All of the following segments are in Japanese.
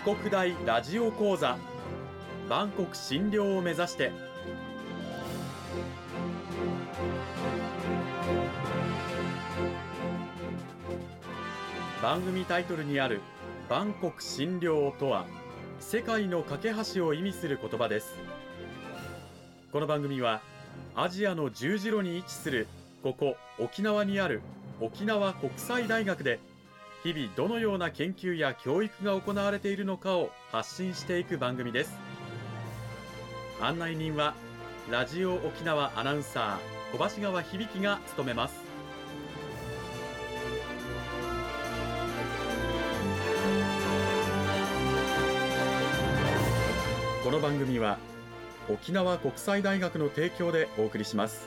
国大ラジオ講座万国診療を目指して。番組タイトルにある万国診療とは、世界の架け橋を意味する言葉です。この番組はアジアの十字路に位置するここ沖縄にある沖縄国際大学で、日々どのような研究や教育が行われているのかを発信していく番組です。案内人はラジオ沖縄アナウンサー小橋川響が務めます。この番組は沖縄国際大学の提供でお送りします。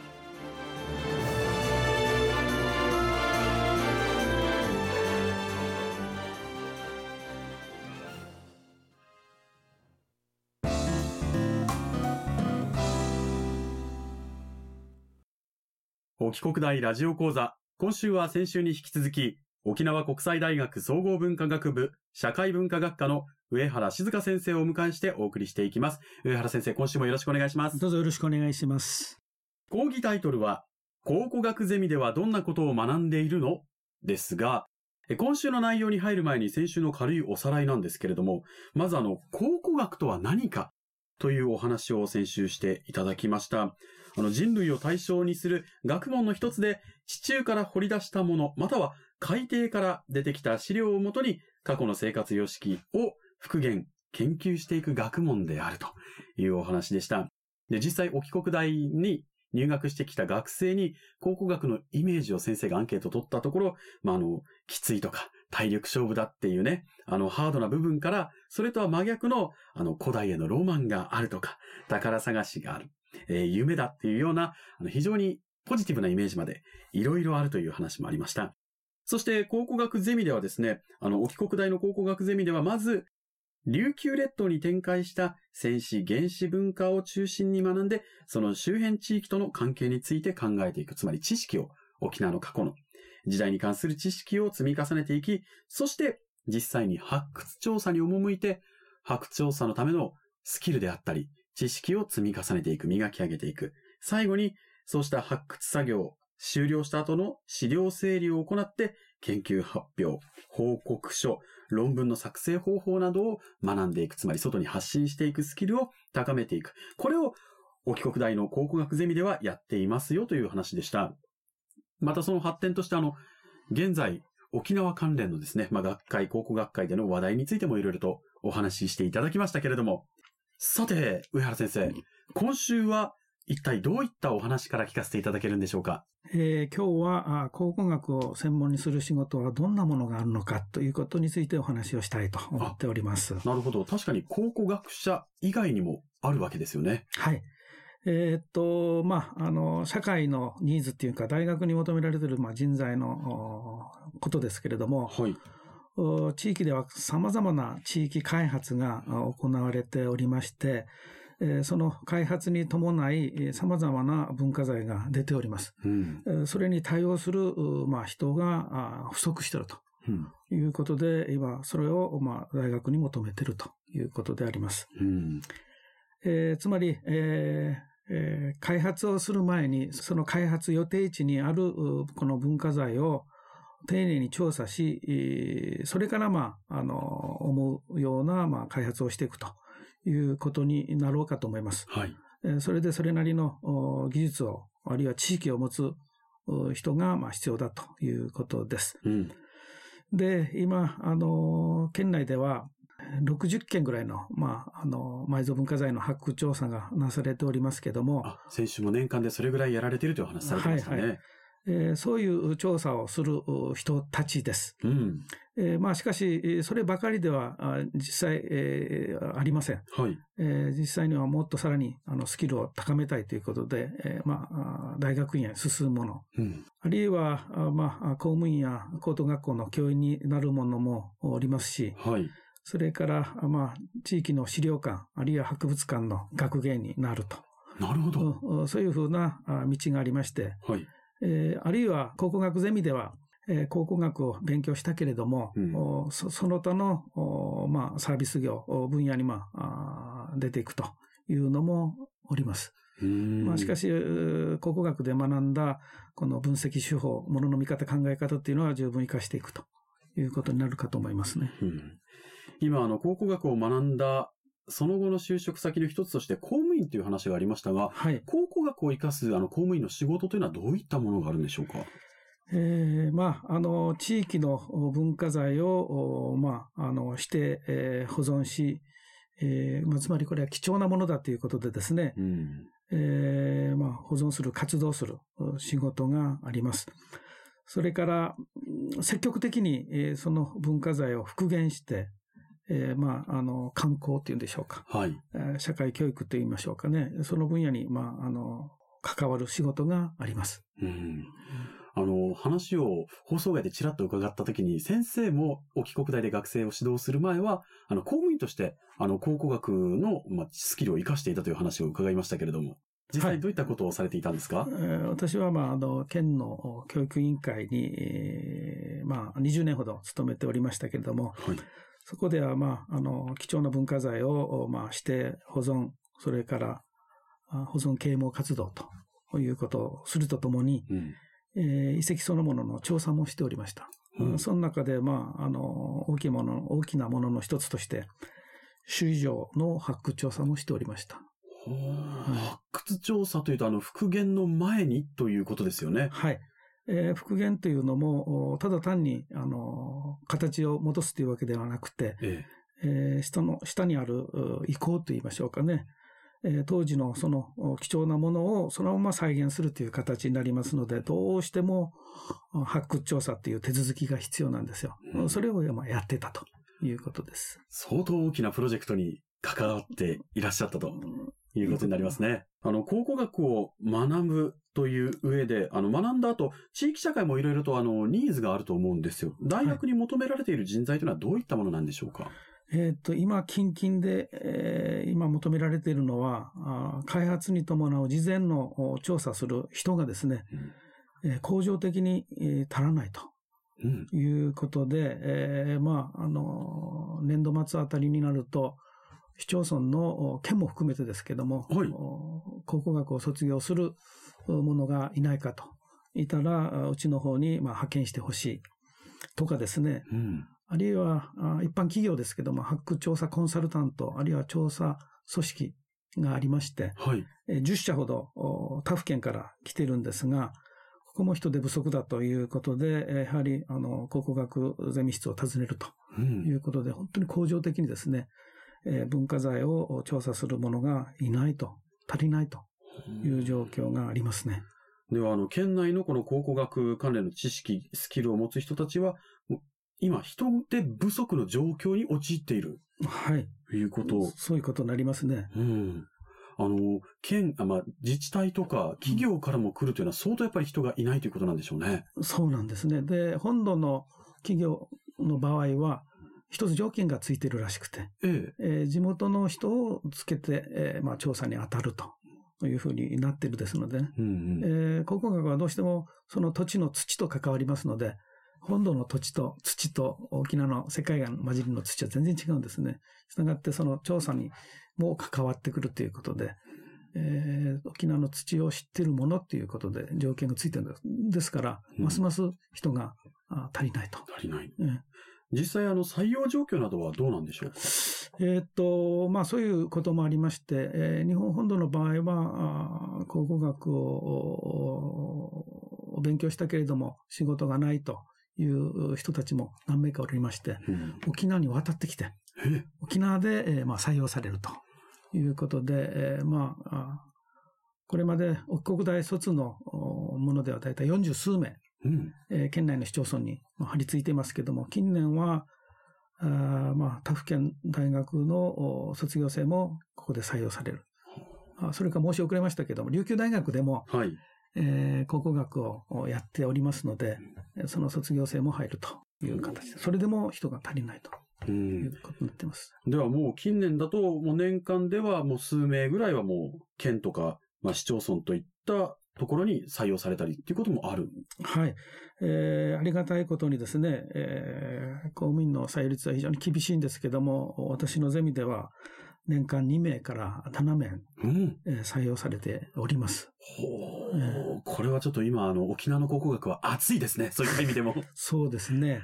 沖国大ラジオ講座、今週は先週に引き続き、沖縄国際大学総合文化学部社会文化学科の上原静香先生をお迎えしてお送りしていきます。上原先生、今週もよろしくお願いします。 どうぞよろしくお願いします。 講義タイトルは、考古学ゼミではどんなことを学んでいるのですが、今週の内容に入る前に先週の軽いおさらいなんですけれども、まず考古学とは何かというお話を先週していただきました。人類を対象にする学問の一つで、地中から掘り出したもの、または海底から出てきた資料をもとに過去の生活様式を復元、研究していく学問であるというお話でした。で、実際沖国大に入学してきた学生に考古学のイメージを先生がアンケートを取ったところ、きついとか体力勝負だっていうね、ハードな部分から、それとは真逆の古代へのロマンがあるとか、宝探しがある、夢だっていうような、非常にポジティブなイメージまでいろいろあるという話もありました。そして考古学ゼミではですね、沖国大の考古学ゼミではまず、琉球列島に展開した戦史原始文化を中心に学んで、その周辺地域との関係について考えていく。つまり知識を、沖縄の過去の時代に関する知識を積み重ねていき、そして実際に発掘調査に赴いて、発掘調査のためのスキルであったり、知識を積み重ねていく、磨き上げていく。最後に、そうした発掘作業を終了した後の資料整理を行って、研究発表、報告書、論文の作成方法などを学んでいく。つまり外に発信していくスキルを高めていく。これを沖国大の考古学ゼミではやっていますよという話でした。またその発展として現在沖縄関連のですね、学会、考古学会での話題についてもいろいろとお話ししていただきましたけれども、さて、上原先生、今週は一体どういったお話から聞かせていただけるんでしょうか。 今日は考古学を専門にする仕事はどんなものがあるのかということについてお話をしたいと思っております。 なるほど。確かに考古学者以外にもあるわけですよね。 はい。社会のニーズっていうか、大学に求められている人材のことですけれども、 はい。 地域では様々な地域開発が行われておりまして、その開発に伴い様々な文化財が出ております。それに対応する人が不足しているということで、今それを大学に求めているということであります。つまり、開発をする前にその開発予定地にあるこの文化財を丁寧に調査し、それから思うような開発をしていくということになろうかと思います。 はい。 それでそれなりの技術を、あるいは知識を持つ人が必要だということです。で、今、県内では60件ぐらいの、埋蔵文化財の発掘調査がなされておりますけども。 先週も年間でそれぐらいやられているというお話されてましたね。はいはい。 そういう調査をする人たちです。しかし、そればかりでは実際、ありません。 はい。 実際にはもっとさらにスキルを高めたいということで、大学院へ進むもの、あるいは公務員や高等学校の教員になるものもおりますし、 はい。 それから地域の資料館、あるいは博物館の学芸になると。 なるほど。 そういうふうな道がありまして、 はい。 あるいは考古学ゼミでは考古学を勉強したけれども、その他の、サービス業分野に、出ていくというのもおります。しかし、考古学で学んだこの分析手法、ものの見方、考え方っていうのは十分活かしていくということになるかと思いますね。 今、考古学を学んだその後の就職先の一つとして公務員という話がありましたが、はい、考古学を生かす公務員の仕事というのはどういったものがあるんでしょうか。 地域の文化財を、して、保存し、つまりこれは貴重なものだということでですね、保存する、活動する仕事があります。それから、積極的に、その文化財を復元して、観光っていうんでしょうか。はい。社会教育と言いましょうかね。その分野に、関わる仕事があります。 話を放送外でちらっと伺ったときに、先生も沖国大で学生を指導する前は、公務員として、考古学の、スキルを活かしていたという話を伺いましたけれども、実際どういったことをされていたんですか？ 私は、県の教育委員会に、20年ほど勤めておりましたけれども、はい、そこでは、貴重な文化財を、して保存、それから保存啓蒙活動ということをするとともに、遺跡そのものの調査もしておりました。その中で、大きなものの一つとして、首里城の発掘調査もしておりました。 発掘調査というと、復元の前にということですよね。 はい。復元というのも、ただ単に、形を戻すというわけではなくて、下にある遺構といいましょうかね。当時のその貴重なものをそのまま再現するという形になりますので、どうしても発掘調査という手続きが必要なんですよ。それをやってたということです。 相当大きなプロジェクトに関わっていらっしゃったということになりますね。考古学を学ぶという上で、学んだ後、地域社会もいろいろとニーズがあると思うんですよ。大学に求められている人材というのはどういったものなんでしょうか？ 今、近々で、今求められているのは、開発に伴う事前の調査する人がですね、恒常的に足らないということで、年度末あたりになると、市町村の県も含めてですけども、はい、考古学を卒業する者がいないかといたら、うちの方に派遣してほしいとかですね、あるいは一般企業ですけども、発掘調査コンサルタント、あるいは調査組織がありまして、はい、10社ほど他府県から来ているんですが、ここも人手不足だということで、やはり考古学ゼミ室を訪ねるということで、本当に恒常的にですね、文化財を調査する者がいないと、足りないという状況がありますね。 では、県内のこの考古学関連の知識、スキルを持つ人たちは、今、人手不足の状況に陥っている。 はい。 いうこと。 そういうことになりますね。 県、自治体とか企業からも来るというのは相当やっぱり人がいないということなんでしょうね。 そうなんですね。で、本土の企業の場合は、一つ条件がついているらしくて、地元の人をつけて、調査に当たるというふうになっているですのでね。考古学はどうしてもその土地の土と関わりますので、本土の土地と土と沖縄の世界が混じりの土は全然違うんですね。したがってその調査にも関わってくるということで、沖縄の土を知っているものということで条件がついてるんです。ですから、ますます人が足りないと。 足りない。実際採用状況などはどうなんでしょうか？ そういうこともありまして、日本本土の場合は、考古学を勉強したけれども仕事がないという人たちも何名かおりまして、沖縄に渡ってきて、沖縄で、採用されるということで、これまで沖国大卒のものではだいたい40数名、県内の市町村に張り付いていますけれども、近年は他府県大学の卒業生もここで採用される。それから申し遅れましたけれども、琉球大学でも、はい考古学をやっておりますので、その卒業生も入るという形で、それでも人が足りないということになっています。 ではもう近年だと、もう年間ではもう数名ぐらいはもう県とか、市町村といったところに採用されたりっていうこともある。 はい。ありがたいことにですね、公務員の採用率は非常に厳しいんですけども、私のゼミでは年間2名から7名、採用されております。 これはちょっと今、沖縄の考古学は熱いですね。そういった意味でも。 そうですね。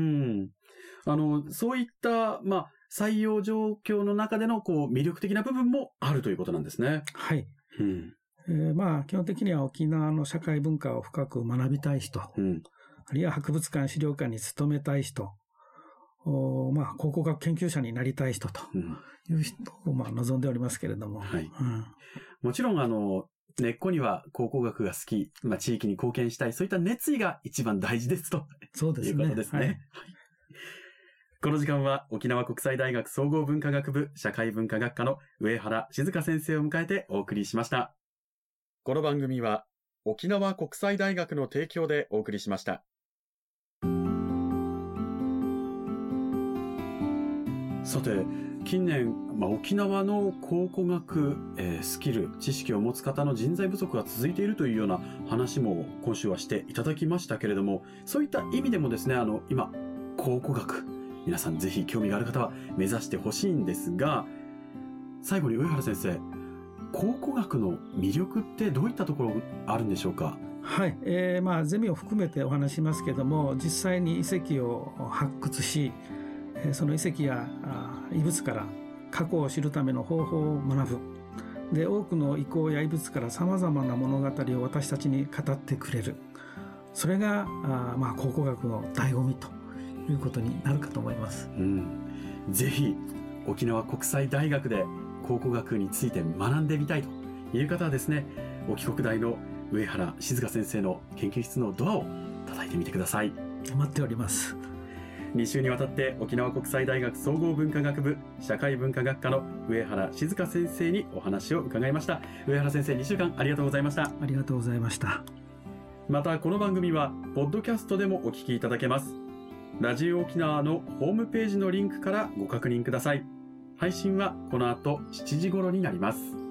そういった、採用状況の中での、魅力的な部分もあるということなんですね。 はい。基本的には沖縄の社会文化を深く学びたい人、あるいは博物館、資料館に勤めたい人、考古学研究者になりたい人という人を望んでおりますけれども。 もちろん、根っこには考古学が好き、地域に貢献したい、そういった熱意が一番大事ですと。 そうですね。 いうことですね。はい。この時間は沖縄国際大学総合文化学部社会文化学科の上原静香先生を迎えてお送りしました。この番組は沖縄国際大学の提供でお送りしました。さて、近年、沖縄の考古学、スキル、知識を持つ方の人材不足が続いているというような話も今週はしていただきましたけれども、そういった意味でもですね、今、考古学、皆さんぜひ興味がある方は目指してほしいんですが、最後に上原先生、考古学の魅力ってどういったところあるんでしょうか？ はい。ゼミを含めてお話しますけども、実際に遺跡を発掘し、その遺跡や遺物から過去を知るための方法を学ぶ。で、多くの遺構や遺物から様々な物語を私たちに語ってくれる。それが考古学の醍醐味ということになるかと思います。 ぜひ沖縄国際大学で考古学について学んでみたいという方はですね、沖国大の上原静香先生の研究室のドアを叩いてみてください。 待っております。 2週にわたって沖縄国際大学総合文化学部社会文化学科の上原静香先生にお話を伺いました。上原先生、2週間ありがとうございました。 ありがとうございました。 またこの番組はポッドキャストでもお聞きいただけます。ラジオ沖縄のホームページのリンクからご確認ください。配信はこの後7時頃になります。